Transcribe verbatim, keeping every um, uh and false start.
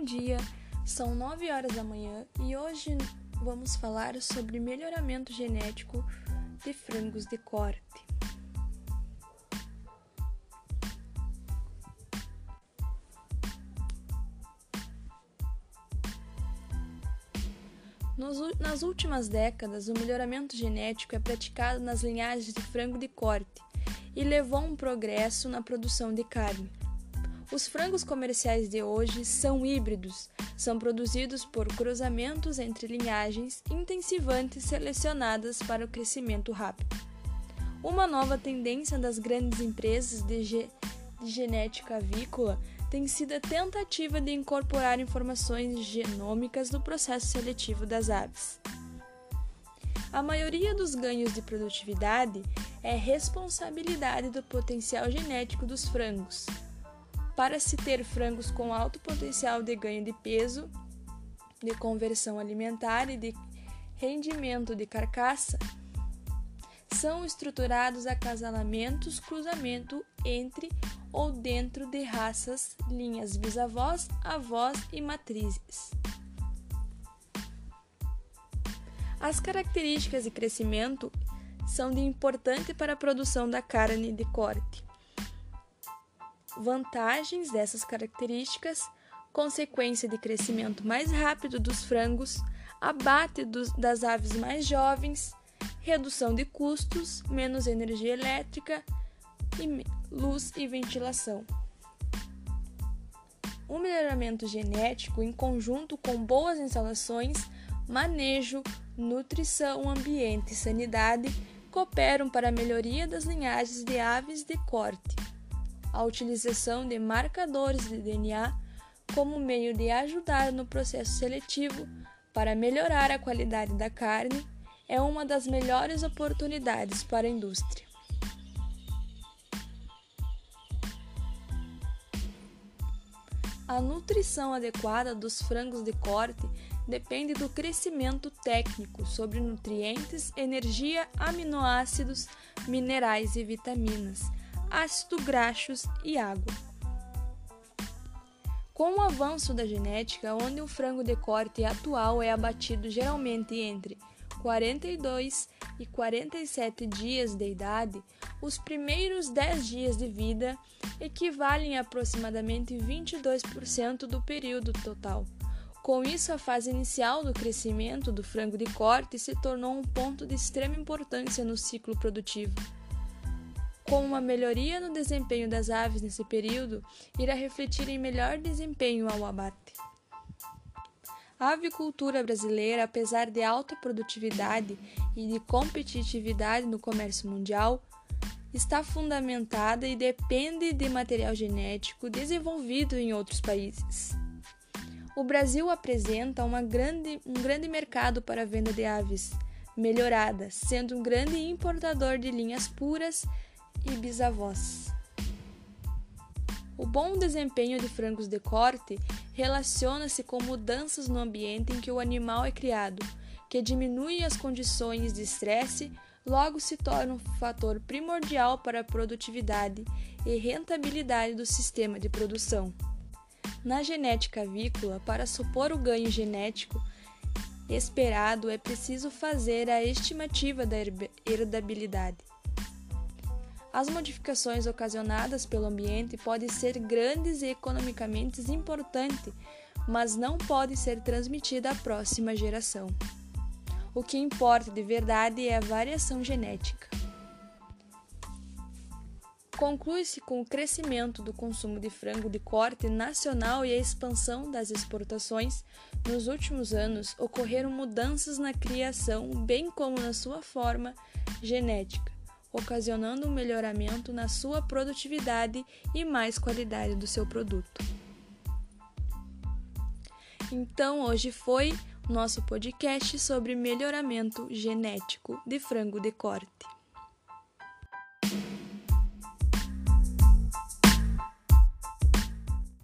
Bom dia, são nove horas da manhã e hoje vamos falar sobre melhoramento genético de frangos de corte. Nos, nas últimas décadas, o melhoramento genético é praticado nas linhagens de frango de corte e levou a um progresso na produção de carne. Os frangos comerciais de hoje são híbridos, são produzidos por cruzamentos entre linhagens intensivantes selecionadas para o crescimento rápido. Uma nova tendência das grandes empresas de, ge- de genética avícola tem sido a tentativa de incorporar informações genômicas no processo seletivo das aves. A maioria dos ganhos de produtividade é responsabilidade do potencial genético dos frangos. Para se ter frangos com alto potencial de ganho de peso, de conversão alimentar e de rendimento de carcaça, são estruturados acasalamentos, cruzamento entre ou dentro de raças, linhas bisavós, avós e matrizes. As características de crescimento são de importante para a produção da carne de corte. Vantagens dessas características: consequência de crescimento mais rápido dos frangos, abate dos, das aves mais jovens, redução de custos, menos energia elétrica, e luz e ventilação. O melhoramento genético, em conjunto com boas instalações, manejo, nutrição, ambiente e sanidade, cooperam para a melhoria das linhagens de aves de corte. A utilização de marcadores de D N A como meio de ajudar no processo seletivo para melhorar a qualidade da carne é uma das melhores oportunidades para a indústria. A nutrição adequada dos frangos de corte depende do crescimento técnico sobre nutrientes, energia, aminoácidos, minerais e vitaminas, ácidos graxos e água. Com o avanço da genética, onde o frango de corte atual é abatido geralmente entre quarenta e dois e quarenta e sete dias de idade, os primeiros dez dias de vida equivalem a aproximadamente vinte e dois por cento do período total. Com isso, a fase inicial do crescimento do frango de corte se tornou um ponto de extrema importância no ciclo produtivo. Com uma melhoria no desempenho das aves nesse período, irá refletir em melhor desempenho ao abate. A avicultura brasileira, apesar de alta produtividade e de competitividade no comércio mundial, está fundamentada e depende de material genético desenvolvido em outros países. O Brasil apresenta uma grande, um grande mercado para a venda de aves melhoradas, sendo um grande importador de linhas puras e bisavós. O bom desempenho de frangos de corte relaciona-se com mudanças no ambiente em que o animal é criado, que diminui as condições de estresse, logo se torna um fator primordial para a produtividade e rentabilidade do sistema de produção. Na genética avícola, para supor o ganho genético esperado, é preciso fazer a estimativa da herdabilidade. As modificações ocasionadas pelo ambiente podem ser grandes e economicamente importantes, mas não podem ser transmitidas à próxima geração. O que importa de verdade é a variação genética. Conclui-se com o crescimento do consumo de frango de corte nacional e a expansão das exportações. Nos últimos anos, ocorreram mudanças na criação, bem como na sua forma genética, ocasionando um melhoramento na sua produtividade e mais qualidade do seu produto. Então, hoje foi nosso podcast sobre melhoramento genético de frango de corte.